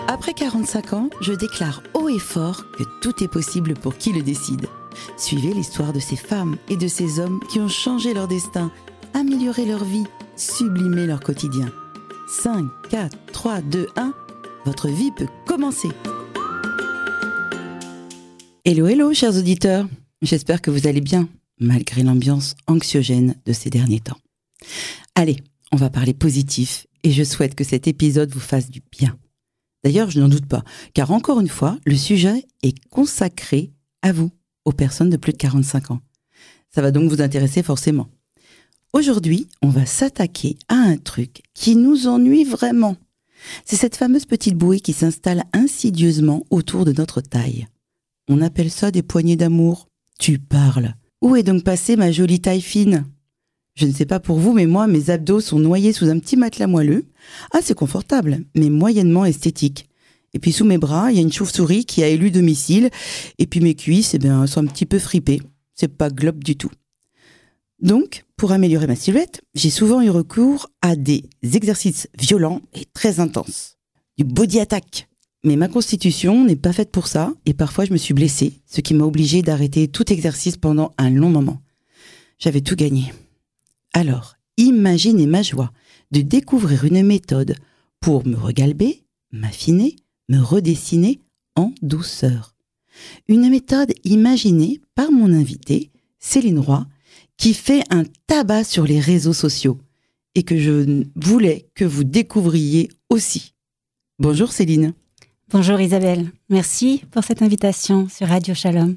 Après 45 ans, je déclare haut et fort que tout est possible pour qui le décide. Suivez l'histoire de ces femmes et de ces hommes qui ont changé leur destin, amélioré leur vie, sublimé leur quotidien. 5, 4, 3, 2, 1, votre vie peut commencer. Hello, hello, chers auditeurs. J'espère que vous allez bien, malgré l'ambiance anxiogène de ces derniers temps. Allez, on va parler positif et je souhaite que cet épisode vous fasse du bien. D'ailleurs, je n'en doute pas, car encore une fois, le sujet est consacré à vous, aux personnes de plus de 45 ans. Ça va donc vous intéresser forcément. Aujourd'hui, on va s'attaquer à un truc qui nous ennuie vraiment. C'est cette fameuse petite bouée qui s'installe insidieusement autour de notre taille. On appelle ça des poignées d'amour. Tu parles. Où est donc passée ma jolie taille fine ? Je ne sais pas pour vous, mais moi, mes abdos sont noyés sous un petit matelas moelleux. Assez confortable, mais moyennement esthétique. Et puis sous mes bras, il y a une chauve-souris qui a élu domicile. Et puis mes cuisses, sont un petit peu fripées. C'est pas globe du tout. Donc, pour améliorer ma silhouette, j'ai souvent eu recours à des exercices violents et très intenses. Du body attack. Mais ma constitution n'est pas faite pour ça, et parfois je me suis blessée, ce qui m'a obligée d'arrêter tout exercice pendant un long moment. J'avais tout gagné. Alors, imaginez ma joie de découvrir une méthode pour me regalber, m'affiner, me redessiner en douceur. Une méthode imaginée par mon invitée, Céline Roy, qui fait un tabac sur les réseaux sociaux et que je voulais que vous découvriez aussi. Bonjour Céline. Bonjour Isabelle, merci pour cette invitation sur Radio Shalom.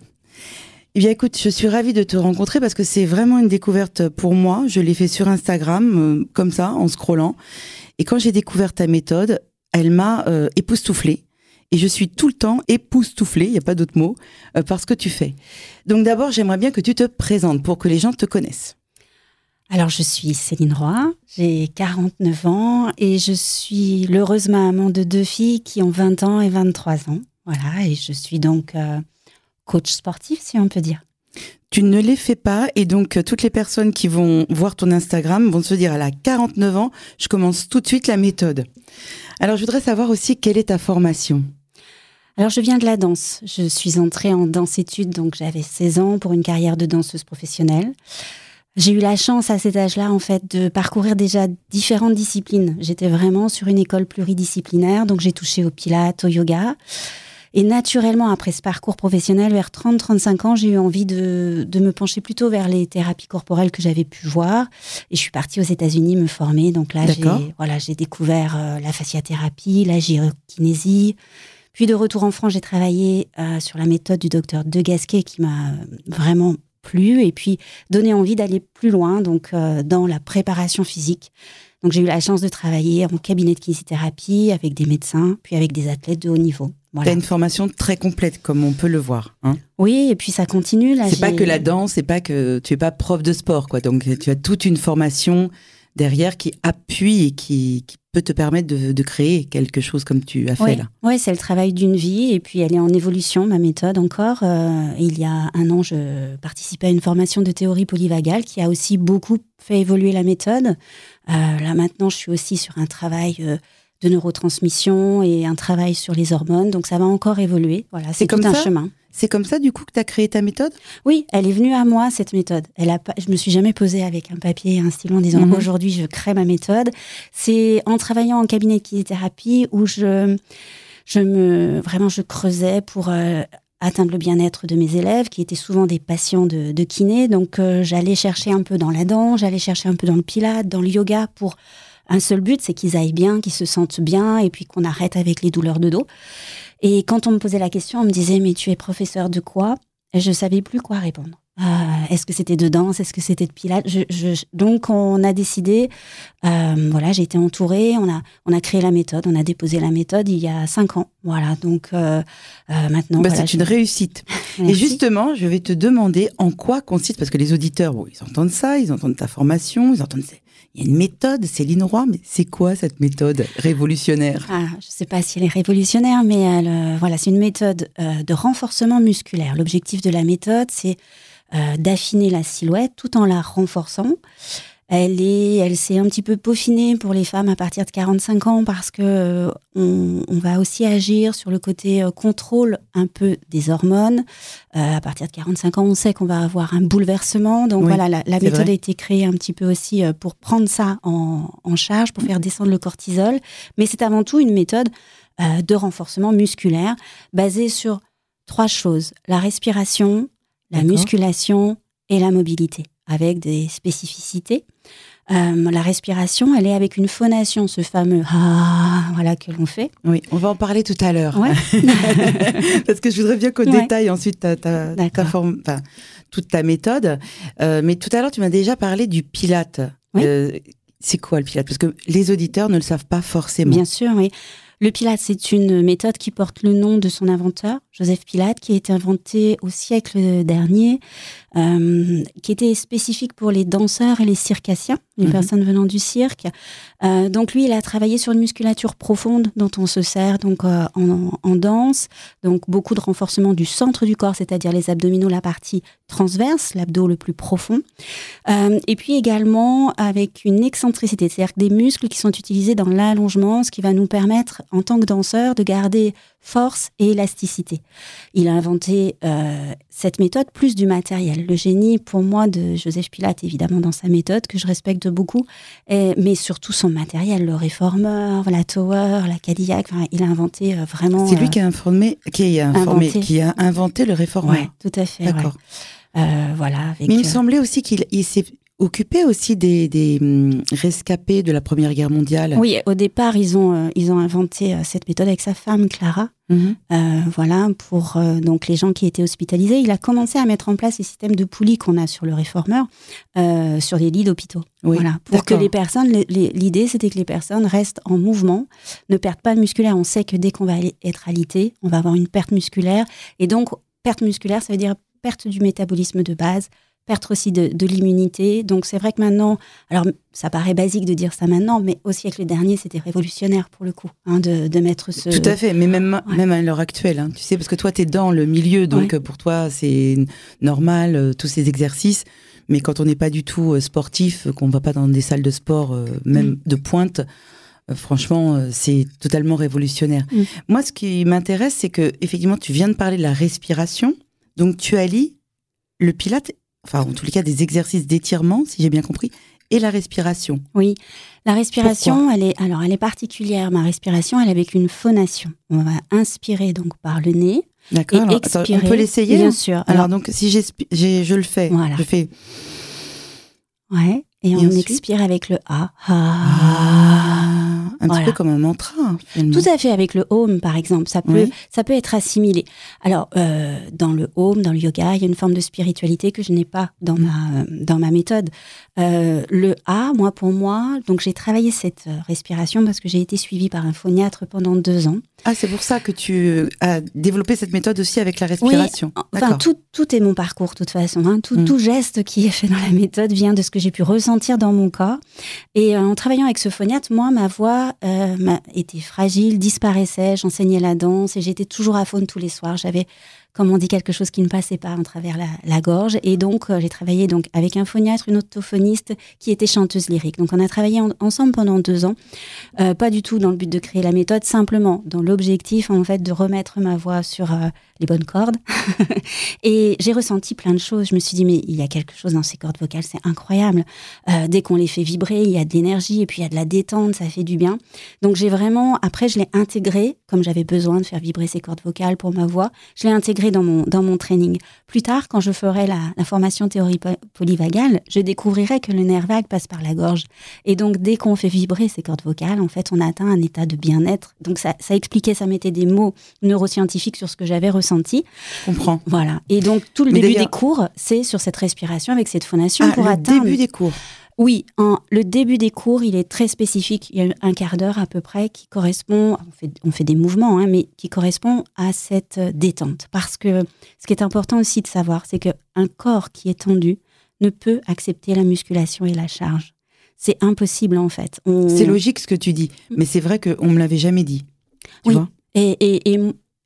Eh bien écoute, je suis ravie de te rencontrer parce que c'est vraiment une découverte pour moi. Je l'ai fait sur Instagram, comme ça, en scrollant. Et quand j'ai découvert ta méthode, elle m'a époustouflée. Et je suis tout le temps époustouflée, il n'y a pas d'autre mot, par ce que tu fais. Donc d'abord, j'aimerais bien que tu te présentes pour que les gens te connaissent. Alors, je suis Céline Roy, j'ai 49 ans et je suis l'heureuse maman de 2 filles qui ont 20 ans et 23 ans. Voilà, et je suis donc coach sportif, si on peut dire. Tu ne les fais pas et donc toutes les personnes qui vont voir ton Instagram vont se dire, elle a 49 ans, je commence tout de suite la méthode. Alors, je voudrais savoir aussi quelle est ta formation. Alors, je viens de la danse. Je suis entrée en danse-études, donc j'avais 16 ans pour une carrière de danseuse professionnelle. J'ai eu la chance à cet âge-là, en fait, de parcourir déjà différentes disciplines. J'étais vraiment sur une école pluridisciplinaire, donc j'ai touché au pilates, au yoga. Et naturellement, après ce parcours professionnel, vers 30-35 ans, j'ai eu envie de me pencher plutôt vers les thérapies corporelles que j'avais pu voir. Et je suis partie aux États-Unis me former. Donc là, j'ai découvert la fasciathérapie, la gyrokinésie. Puis de retour en France, j'ai travaillé sur la méthode du docteur De Gasquet qui m'a vraiment plu et puis donné envie d'aller plus loin donc dans la préparation physique. Donc j'ai eu la chance de travailler en cabinet de kinésithérapie avec des médecins, puis avec des athlètes de haut niveau. Voilà. Tu as une formation très complète comme on peut le voir. Hein. Oui, et puis ça continue. Là, c'est pas que la danse, c'est pas que tu es pas prof de sport, quoi. Donc tu as toute une formation derrière qui appuie et qui peut te permettre de créer quelque chose comme tu as fait là. Oui, c'est le travail d'une vie et puis elle est en évolution, ma méthode encore. Il y a 1 an, je participais à une formation de théorie polyvagale qui a aussi beaucoup fait évoluer la méthode. Là maintenant, je suis aussi sur un travail de neurotransmission et un travail sur les hormones, donc ça va encore évoluer. Voilà, c'est tout un chemin. C'est comme ça, du coup, que tu as créé ta méthode ? Oui, elle est venue à moi, cette méthode. Je me suis jamais posée avec un papier et un stylo en disant aujourd'hui, je crée ma méthode. C'est en travaillant en cabinet de kinésithérapie où je creusais pour atteindre le bien-être de mes élèves, qui étaient souvent des patients de kiné. Donc, j'allais chercher un peu dans la danse, j'allais chercher un peu dans le pilates, dans le yoga pour un seul but, c'est qu'ils aillent bien, qu'ils se sentent bien et puis qu'on arrête avec les douleurs de dos. Et quand on me posait la question, on me disait « Mais tu es professeur de quoi ?» Et je ne savais plus quoi répondre. Est-ce que c'était de danse ? Est-ce que c'était de pilates ? Donc, on a décidé, j'ai été entourée, on a créé la méthode, on a déposé la méthode il y a 5 ans. Voilà, donc maintenant... c'est une réussite. Merci. Et justement, je vais te demander en quoi consiste, parce que les auditeurs, ils entendent ça, ils entendent ta formation, ils entendent... Il y a une méthode, Céline Roy, mais c'est quoi cette méthode révolutionnaire ? Je ne sais pas si elle est révolutionnaire, mais c'est une méthode de renforcement musculaire. L'objectif de la méthode, c'est d'affiner la silhouette tout en la renforçant. Elle s'est un petit peu peaufinée pour les femmes à partir de 45 ans parce que on va aussi agir sur le côté contrôle un peu des hormones. À partir de 45 ans, on sait qu'on va avoir un bouleversement. Donc voilà, la méthode a été créée un petit peu aussi pour prendre ça en charge, pour faire descendre le cortisol. Mais c'est avant tout une méthode de renforcement musculaire basée sur 3 choses. La respiration, la musculation et la mobilité, avec des spécificités. La respiration, elle est avec une phonation, ce fameux « ah » voilà, que l'on fait. Oui, on va en parler tout à l'heure. Ouais. Parce que je voudrais bien qu'on détaille ensuite ta forme, toute ta méthode. Mais tout à l'heure, tu m'as déjà parlé du Pilate. Oui. C'est quoi le Pilate? Parce que les auditeurs ne le savent pas forcément. Bien sûr, oui. Le Pilate, c'est une méthode qui porte le nom de son inventeur, Joseph Pilate, qui a été inventé au siècle dernier, qui était spécifique pour les danseurs et les circassiens, les personnes venant du cirque. Donc lui, il a travaillé sur une musculature profonde dont on se sert donc en danse. Donc beaucoup de renforcement du centre du corps, c'est-à-dire les abdominaux, la partie transverse, l'abdos le plus profond. Et puis également avec une excentricité, c'est-à-dire des muscles qui sont utilisés dans l'allongement, ce qui va nous permettre en tant que danseur de garder force et élasticité. Il a inventé cette méthode plus du matériel. Le génie, pour moi, de Joseph Pilate, évidemment, dans sa méthode, que je respecte beaucoup, mais surtout son matériel, le réformeur, la tower, la Cadillac. Enfin, il a inventé vraiment... C'est lui qui a inventé le réformeur. Oui, tout à fait. D'accord. Voilà, mais il me semblait aussi qu'il s'est occupé aussi des rescapés de la Première Guerre mondiale. Oui, au départ, ils ont inventé cette méthode avec sa femme, Clara. Voilà, pour donc les gens qui étaient hospitalisés. Il a commencé à mettre en place ces systèmes de poulies qu'on a sur le réformeur, sur les lits d'hôpitaux. Oui, voilà, pour que les personnes, l'idée, c'était que les personnes restent en mouvement, ne perdent pas de musculaire. On sait que dès qu'on va être alité, on va avoir une perte musculaire. Et donc, perte musculaire, ça veut dire perte du métabolisme de base, perte aussi de l'immunité. Donc c'est vrai que maintenant, alors ça paraît basique de dire ça maintenant, mais au siècle dernier, c'était révolutionnaire pour le coup, de mettre ce... Tout à fait, mais même à l'heure actuelle, tu sais, parce que toi, tu es dans le milieu, donc pour toi, c'est normal, tous ces exercices, mais quand on n'est pas du tout sportif, qu'on ne va pas dans des salles de sport, même de pointe, franchement, c'est totalement révolutionnaire. Moi, ce qui m'intéresse, c'est que effectivement, tu viens de parler de la respiration, donc tu allies le Pilate, enfin en tous les cas des exercices d'étirement, si j'ai bien compris, et la respiration. Oui, la respiration, elle est particulière. Ma respiration, elle est avec une phonation. On va inspirer donc par le nez. D'accord. Alors, expirer. Attends, on peut l'essayer. Bien sûr. Alors donc si je le fais, voilà. Je fais. Ouais. Et on ensuite expire avec le A. Un petit peu comme un mantra, finalement. Tout à fait, avec le Om, par exemple. Ça peut être assimilé. Alors, dans le Om, dans le yoga, il y a une forme de spiritualité que je n'ai pas dans ma méthode. Le A, pour moi, donc j'ai travaillé cette respiration parce que j'ai été suivie par un phoniatre pendant 2 ans. Ah, c'est pour ça que tu as développé cette méthode aussi avec la respiration. Oui, enfin, tout est mon parcours, de toute façon. Tout geste qui est fait dans la méthode vient de ce que j'ai pu ressentir dans mon corps. Et en travaillant avec ce phoniatre, moi, ma voix était fragile, disparaissait. J'enseignais la danse et j'étais toujours à faune tous les soirs. J'avais, comme on dit, quelque chose qui ne passait pas à travers la gorge. Et donc, j'ai travaillé donc avec un phoniatre, une orthophoniste qui était chanteuse lyrique. Donc, on a travaillé ensemble pendant 2 ans. Pas du tout dans le but de créer la méthode, simplement dans l'objectif, en fait, de remettre ma voix sur les bonnes cordes. Et j'ai ressenti plein de choses. Je me suis dit, mais il y a quelque chose dans ces cordes vocales, c'est incroyable. Dès qu'on les fait vibrer, il y a de l'énergie et puis il y a de la détente, ça fait du bien. Donc, j'ai vraiment, après, je l'ai intégré, comme j'avais besoin de faire vibrer ces cordes vocales pour ma voix, je l'ai intégré dans mon training. Plus tard, quand je ferai la formation théorie polyvagale, je découvrirai que le nerf vague passe par la gorge. Et donc, dès qu'on fait vibrer ces cordes vocales, en fait, on atteint un état de bien-être. Donc, ça expliquait, ça mettait des mots neuroscientifiques sur ce que j'avais ressenti. Je comprends. Voilà. Et donc, tout le début des cours, c'est sur cette respiration avec cette phonation pour atteindre... le début des cours. Oui, le début des cours, il est très spécifique. Il y a un quart d'heure à peu près qui correspond, on fait des mouvements, mais qui correspond à cette détente. Parce que ce qui est important aussi de savoir, c'est qu'un corps qui est tendu ne peut accepter la musculation et la charge. C'est impossible en fait. C'est logique ce que tu dis, mais c'est vrai qu'on ne me l'avait jamais dit. Tu vois ? Et moi, c'est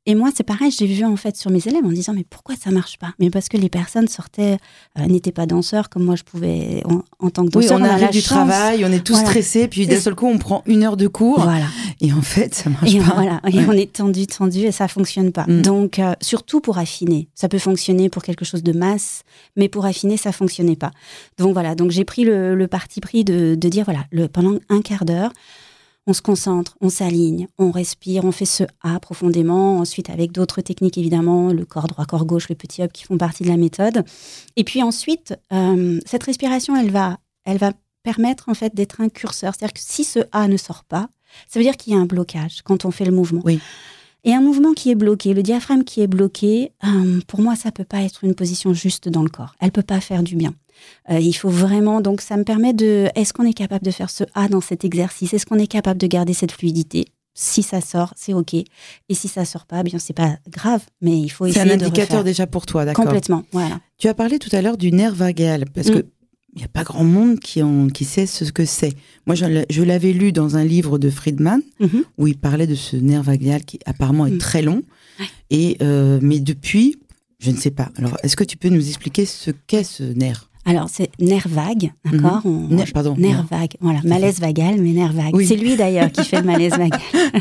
pareil, j'ai vu en fait sur mes élèves en disant mais pourquoi ça marche pas? Mais parce que les personnes sortaient, n'étaient pas danseurs comme moi je pouvais en tant que danseur. Oui, on arrive du travail, on est tous stressés, puis d'un seul coup on prend 1 heure de cours. Voilà. Et en fait, ça marche pas. Voilà. Et on est tendu et ça fonctionne pas. Donc, surtout pour affiner. Ça peut fonctionner pour quelque chose de masse, mais pour affiner, ça fonctionnait pas. Donc voilà. Donc j'ai pris le parti pris de dire voilà, pendant 1 quart d'heure, on se concentre, on s'aligne, on respire, on fait ce A profondément. Ensuite, avec d'autres techniques évidemment, le corps droit, corps gauche, le petit up qui font partie de la méthode. Et puis ensuite, cette respiration, elle va permettre en fait d'être un curseur. C'est-à-dire que si ce A ne sort pas, ça veut dire qu'il y a un blocage quand on fait le mouvement. Oui. Et un mouvement qui est bloqué, le diaphragme qui est bloqué, pour moi, ça peut pas être une position juste dans le corps. Elle peut pas faire du bien. Il faut vraiment, donc ça me permet est-ce qu'on est capable de faire ce A dans cet exercice? Est-ce qu'on est capable de garder cette fluidité? Si ça sort, c'est OK. Et si ça sort pas, bien c'est pas grave, mais il faut essayer de refaire. C'est un indicateur déjà pour toi, d'accord. Complètement, voilà. Tu as parlé tout à l'heure du nerf vagal, parce que il n'y a pas grand monde qui sait ce que c'est. Moi, je l'avais lu dans un livre de Friedman, où il parlait de ce nerf vagal qui apparemment est très long. Ouais. Et, mais depuis, je ne sais pas. Alors, est-ce que tu peux nous expliquer ce qu'est ce nerf ? Alors, c'est nerf vague, d'accord? Nerf vague, voilà, malaise vagal, mais nerf vague. Oui. C'est lui d'ailleurs qui fait le malaise vagal.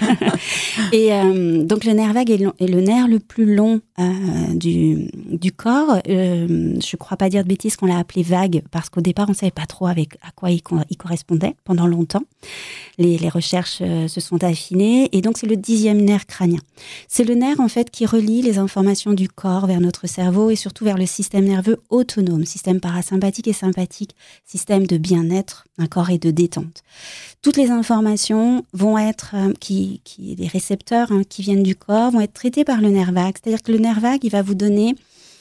Et donc, le nerf vague est le nerf le plus long du corps. Je crois pas dire de bêtises qu'on l'a appelé vague, parce qu'au départ, on savait pas trop à quoi il correspondait pendant longtemps. Les recherches se sont affinées, et donc c'est le 10e nerf crânien. C'est le nerf, en fait, qui relie les informations du corps vers notre cerveau et surtout vers le système nerveux autonome, système parasympathique et sympathique, système de bien-être, d'accord, et de détente. Toutes les informations vont être, les récepteurs qui viennent du corps, vont être traités par le nerf vague. C'est-à-dire que le nerf vague, il va vous donner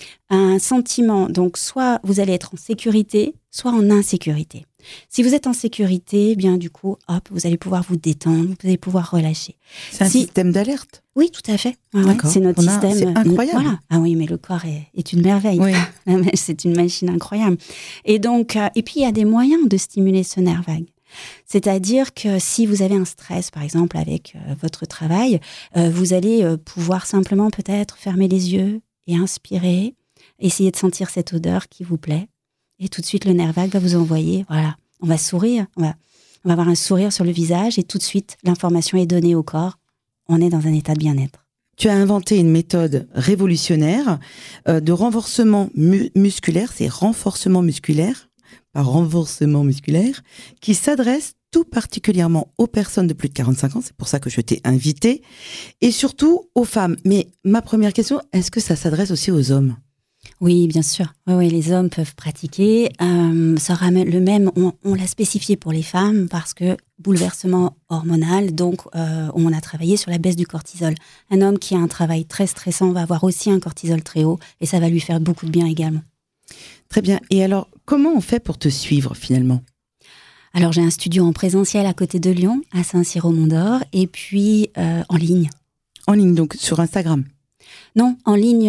un sentiment. Donc, soit vous allez être en sécurité, soit en insécurité. Si vous êtes en sécurité, bien du coup, hop, vous allez pouvoir vous détendre, vous allez pouvoir relâcher. C'est un système d'alerte. Oui, tout à fait. Ouais, c'est notre système. C'est incroyable. Voilà. Ah oui, mais le corps est une merveille. Oui. C'est une machine incroyable. Et donc, et puis il y a des moyens de stimuler ce nerf vague. C'est-à-dire que si vous avez un stress, par exemple, avec votre travail, vous allez pouvoir simplement peut-être fermer les yeux et inspirer, essayer de sentir cette odeur qui vous plaît. Et tout de suite, le nerf vague va vous envoyer, voilà, on va sourire, on va avoir un sourire sur le visage et tout de suite, l'information est donnée au corps. On est dans un état de bien-être. Tu as inventé une méthode révolutionnaire de renforcement musculaire, c'est renforcement musculaire, pas renforcement musculaire, qui s'adresse tout particulièrement aux personnes de plus de 45 ans, c'est pour ça que je t'ai invité, et surtout aux femmes. Mais ma première question, est-ce que ça s'adresse aussi aux hommes ? Oui, bien sûr. Oui, les hommes peuvent pratiquer. Ça ramène le même. On l'a spécifié pour les femmes parce que bouleversement hormonal. Donc, on a travaillé sur la baisse du cortisol. Un homme qui a un travail très stressant va avoir aussi un cortisol très haut et ça va lui faire beaucoup de bien également. Très bien. Et alors, comment on fait pour te suivre finalement ? Alors, j'ai un studio en présentiel à côté de Lyon, à Saint-Cyr-au-Mont-d'Or, et puis en ligne. En ligne, donc sur Instagram ? Non, en ligne,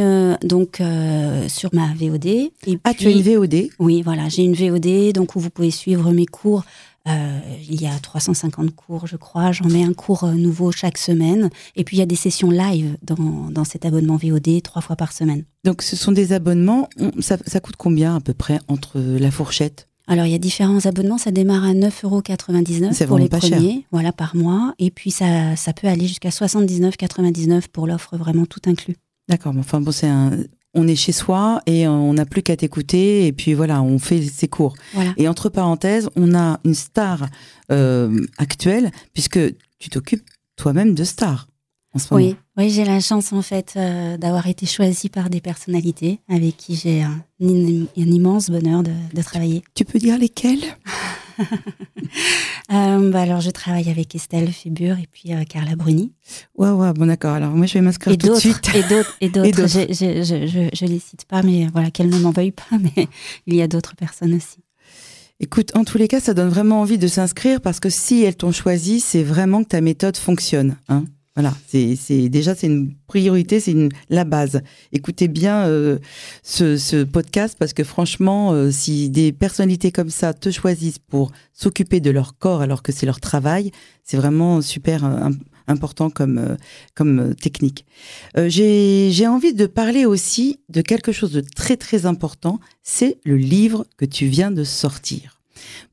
sur ma VOD. Et puis, tu as une VOD ? Oui, voilà, j'ai une VOD donc où vous pouvez suivre mes cours. Il y a 350 cours, je crois. J'en mets un cours nouveau chaque semaine. Et puis, il y a des sessions live dans cet abonnement VOD 3 fois par semaine. Donc, ce sont des abonnements. Ça coûte combien à peu près entre la fourchette ? Alors, il y a différents abonnements. Ça démarre à 9,99 € pour les premiers, voilà, par mois. Et puis, ça peut aller jusqu'à 79,99 € pour l'offre vraiment tout inclus. D'accord. Mais enfin, bon, on est chez soi et on n'a plus qu'à t'écouter. Et puis, voilà, on fait ses cours. Voilà. Et entre parenthèses, on a une star actuelle puisque tu t'occupes toi-même de stars en ce moment. Oui, j'ai la chance, en fait, d'avoir été choisie par des personnalités avec qui j'ai un immense bonheur de travailler. Tu peux dire lesquelles ? Alors, je travaille avec Estelle Fébure et puis Carla Bruni. Ouais, bon d'accord. Alors, moi, je vais m'inscrire tout de suite. Et d'autres. Je les cite pas, mais voilà, qu'elles ne m'en veuillent pas, mais il y a d'autres personnes aussi. Écoute, en tous les cas, ça donne vraiment envie de s'inscrire parce que si elles t'ont choisi, c'est vraiment que ta méthode fonctionne, hein. Voilà, c'est une priorité, la base. Écoutez bien ce podcast parce que franchement, si des personnalités comme ça te choisissent pour s'occuper de leur corps alors que c'est leur travail, c'est vraiment super important comme technique. J'ai envie de parler aussi de quelque chose de très très important, c'est le livre que tu viens de sortir. Pourquoi ?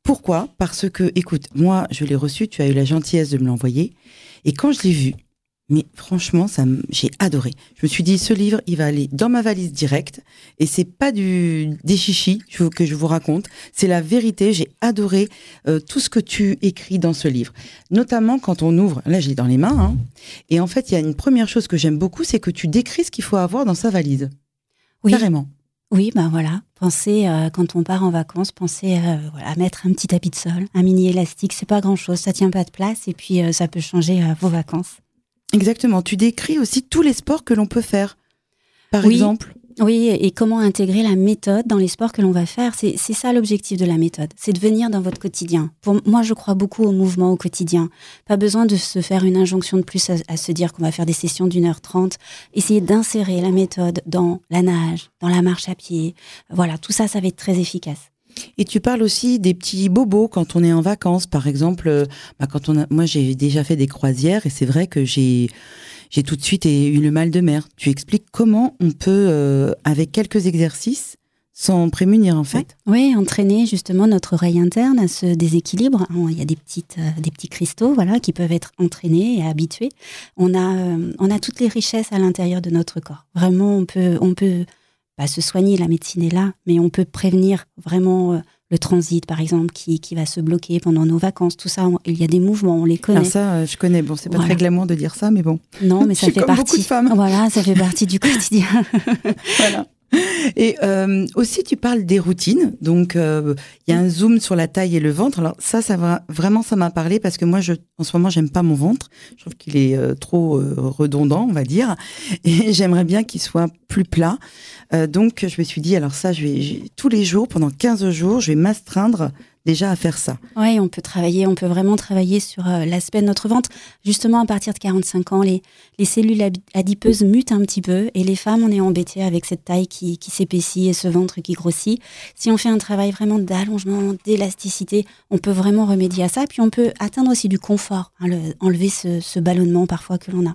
Parce que, écoute, moi je l'ai reçu, tu as eu la gentillesse de me l'envoyer, et quand je l'ai vu, mais franchement, j'ai adoré. Je me suis dit, ce livre, il va aller dans ma valise directe. Et c'est pas des chichis que je vous raconte. C'est la vérité. J'ai adoré tout ce que tu écris dans ce livre. Notamment quand on ouvre, là, je l'ai dans les mains. Hein, et en fait, il y a une première chose que j'aime beaucoup, c'est que tu décris ce qu'il faut avoir dans sa valise. Oui. Carrément. Oui, ben voilà. Pensez, quand on part en vacances, pensez à mettre un petit tapis de sol, un mini élastique. C'est pas grand-chose. Ça tient pas de place. Et puis, ça peut changer vos vacances. Exactement. Tu décris aussi tous les sports que l'on peut faire, par exemple. Oui, et comment intégrer la méthode dans les sports que l'on va faire. C'est ça l'objectif de la méthode, c'est de venir dans votre quotidien. Pour moi, je crois beaucoup au mouvement au quotidien. Pas besoin de se faire une injonction de plus à se dire qu'on va faire des sessions d'1h30. Essayez d'insérer la méthode dans la nage, dans la marche à pied. Voilà, tout ça, ça va être très efficace. Et tu parles aussi des petits bobos quand on est en vacances, par exemple. Moi, j'ai déjà fait des croisières et c'est vrai que j'ai tout de suite eu le mal de mer. Tu expliques comment on peut, avec quelques exercices, s'en prémunir en fait. Oui, entraîner justement notre oreille interne à ce déséquilibre. Il y a des petits cristaux, voilà, qui peuvent être entraînés et habitués. On a toutes les richesses à l'intérieur de notre corps. Vraiment, on peut pas se soigner, la médecine est là, mais on peut prévenir vraiment le transit, par exemple, qui va se bloquer pendant nos vacances. Tout ça, il y a des mouvements, on les connaît. Alors ça, je connais. Bon, c'est pas très glamour de dire ça, mais bon. Non, mais ça fait partie. Beaucoup de femmes. Voilà, ça fait partie du quotidien. Voilà. Et aussi, tu parles des routines. Donc, il y a un zoom sur la taille et le ventre. Alors ça vraiment, ça m'a parlé parce que moi, en ce moment, j'aime pas mon ventre. Je trouve qu'il est trop redondant, on va dire. Et j'aimerais bien qu'il soit plus plat. Donc, je me suis dit, alors ça, tous les jours, pendant 15 jours, je vais m'astreindre déjà à faire ça. Oui, on peut vraiment travailler sur l'aspect de notre ventre. Justement, à partir de 45 ans, les cellules adipeuses mutent un petit peu et les femmes, on est embêtées avec cette taille qui s'épaissit et ce ventre qui grossit. Si on fait un travail vraiment d'allongement, d'élasticité, on peut vraiment remédier à ça. Puis on peut atteindre aussi du confort, enlever ce ballonnement parfois que l'on a.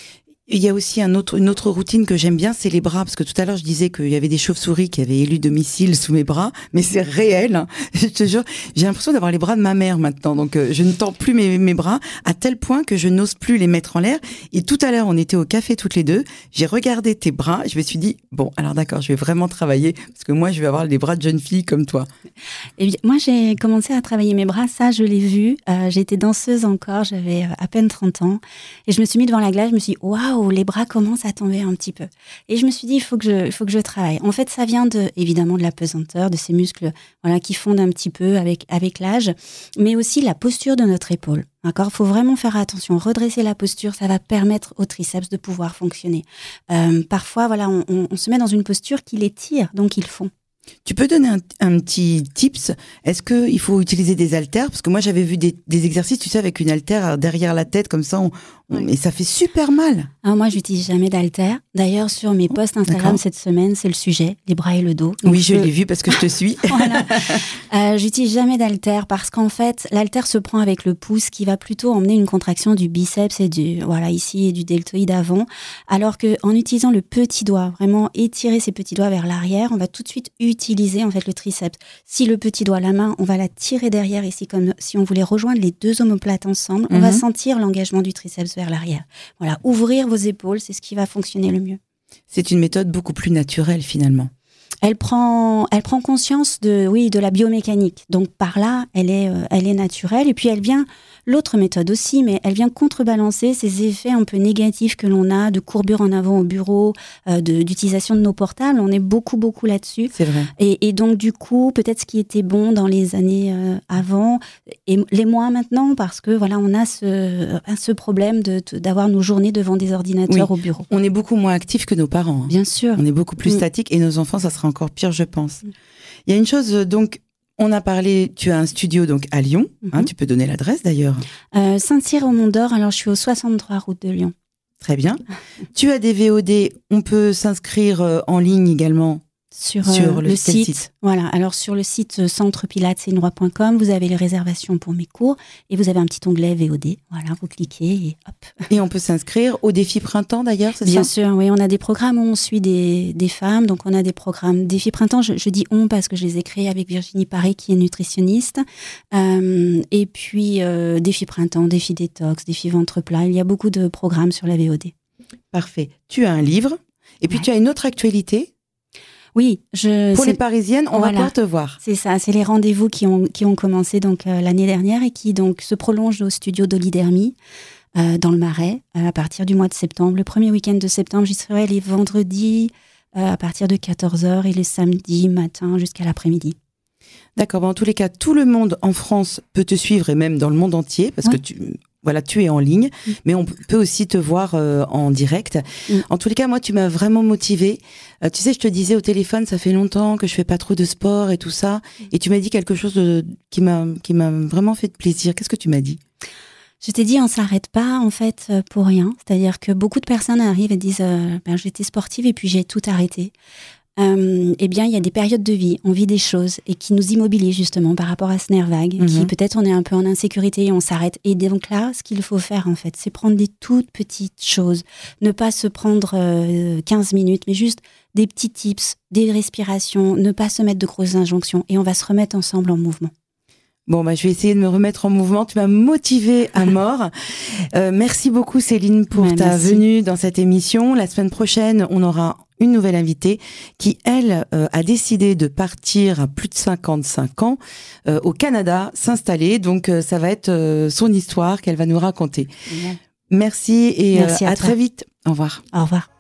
Il y a aussi une autre routine que j'aime bien, c'est les bras. Parce que tout à l'heure, je disais qu'il y avait des chauves-souris qui avaient élu domicile sous mes bras. Mais c'est réel. Hein. Je te jure, j'ai l'impression d'avoir les bras de ma mère maintenant. Donc, je ne tends plus mes bras à tel point que je n'ose plus les mettre en l'air. Et tout à l'heure, on était au café toutes les deux. J'ai regardé tes bras. Je me suis dit, bon, alors d'accord, je vais vraiment travailler. Parce que moi, je vais avoir les bras de jeune fille comme toi. Et bien, moi, j'ai commencé à travailler mes bras. Ça, je l'ai vu. J'étais danseuse encore. J'avais à peine 30 ans. Et je me suis mis devant la glace. Je me suis dit, waouh, les bras commencent à tomber un petit peu. Et je me suis dit, il faut que je travaille. En fait, ça vient évidemment de la pesanteur, de ces muscles qui fondent un petit peu avec l'âge, mais aussi la posture de notre épaule. D'accord ? Il faut vraiment faire attention. Redresser la posture, ça va permettre aux triceps de pouvoir fonctionner. Parfois, on se met dans une posture qui les tire, donc ils font. Tu peux donner un petit tips ? Est-ce qu'il faut utiliser des haltères ? Parce que moi, j'avais vu des exercices, tu sais, avec une haltère derrière la tête, comme ça, et ça fait super mal. Alors moi, j'utilise jamais d'haltère. D'ailleurs, sur mes posts Instagram cette semaine, c'est le sujet, les bras et le dos. Donc oui, je l'ai vu parce que je te suis. Voilà. J'utilise jamais d'haltère parce qu'en fait, l'haltère se prend avec le pouce qui va plutôt emmener une contraction du biceps et ici, et du deltoïde avant. Alors qu'en utilisant le petit doigt, vraiment étirer ses petits doigts vers l'arrière, on va tout de suite utiliser en fait le triceps. Si le petit doigt, la main, on va la tirer derrière ici comme si on voulait rejoindre les deux omoplates ensemble, on va sentir l'engagement du triceps vers l'arrière. Voilà, ouvrir vos épaules, c'est ce qui va fonctionner le mieux. C'est une méthode beaucoup plus naturelle finalement. Elle prend conscience de la biomécanique. Donc par là, elle est naturelle. Et puis elle vient, l'autre méthode aussi, mais elle vient contrebalancer ces effets un peu négatifs que l'on a de courbure en avant au bureau, d'utilisation de nos portables. On est beaucoup là-dessus. C'est vrai. Et donc du coup, peut-être ce qui était bon dans les années avant, et les moins maintenant, parce que on a ce problème d'avoir nos journées devant des ordinateurs au bureau. On est beaucoup moins actifs que nos parents. Hein. Bien sûr. On est beaucoup plus statiques et nos enfants, ça sera encore pire, je pense. Il y a une chose, donc, on a parlé, tu as un studio donc à Lyon, tu peux donner l'adresse d'ailleurs. Saint-Cyr au Mont-d'Or, alors je suis au 63 route de Lyon. Très bien. Tu as des VOD, on peut s'inscrire en ligne également. Sur, le site. Voilà. Alors, sur le site centrepilatessetnois.com, vous avez les réservations pour mes cours et vous avez un petit onglet VOD. Voilà, vous cliquez et hop. Et on peut s'inscrire au défi printemps d'ailleurs, c'est ça? Bien sûr, oui. On a des programmes où on suit des femmes. Donc, on a des programmes défi printemps. Je dis on parce que je les ai créés avec Virginie Paré, qui est nutritionniste. Et puis, défi printemps, défi détox, défi ventre plat. Il y a beaucoup de programmes sur la VOD. Parfait. Tu as un livre et puis tu as une autre actualité. Oui, pour les Parisiennes, on va pouvoir te voir. C'est ça, c'est les rendez-vous qui ont commencé donc l'année dernière et qui donc se prolongent au studio d'Olidermie dans le Marais à partir du mois de septembre. Le premier week-end de septembre, j'y serai les vendredis à partir de 14h et les samedis matin jusqu'à l'après-midi. D'accord, en tous les cas, tout le monde en France peut te suivre et même dans le monde entier parce que tu es en ligne, mais on peut aussi te voir en direct. En tous les cas, moi, tu m'as vraiment motivée. Tu sais, je te disais au téléphone, ça fait longtemps que je fais pas trop de sport et tout ça. Et tu m'as dit quelque chose qui m'a vraiment fait de plaisir. Qu'est-ce que tu m'as dit? Je t'ai dit, on s'arrête pas en fait pour rien. C'est-à-dire que beaucoup de personnes arrivent et disent, j'étais sportive et puis j'ai tout arrêté. Eh bien, il y a des périodes de vie, on vit des choses et qui nous immobilisent justement par rapport à ce nerf vague, qui peut-être on est un peu en insécurité et on s'arrête. Et donc là, ce qu'il faut faire en fait, c'est prendre des toutes petites choses, ne pas se prendre 15 minutes, mais juste des petits tips, des respirations, ne pas se mettre de grosses injonctions et on va se remettre ensemble en mouvement. Bon, je vais essayer de me remettre en mouvement. Tu m'as motivée à mort. Merci beaucoup Céline pour ta venue dans cette émission. La semaine prochaine, on aura une nouvelle invitée qui, elle, a décidé de partir à plus de 55 ans au Canada, s'installer. Donc, ça va être son histoire qu'elle va nous raconter. Merci et à très vite. Au revoir. Au revoir.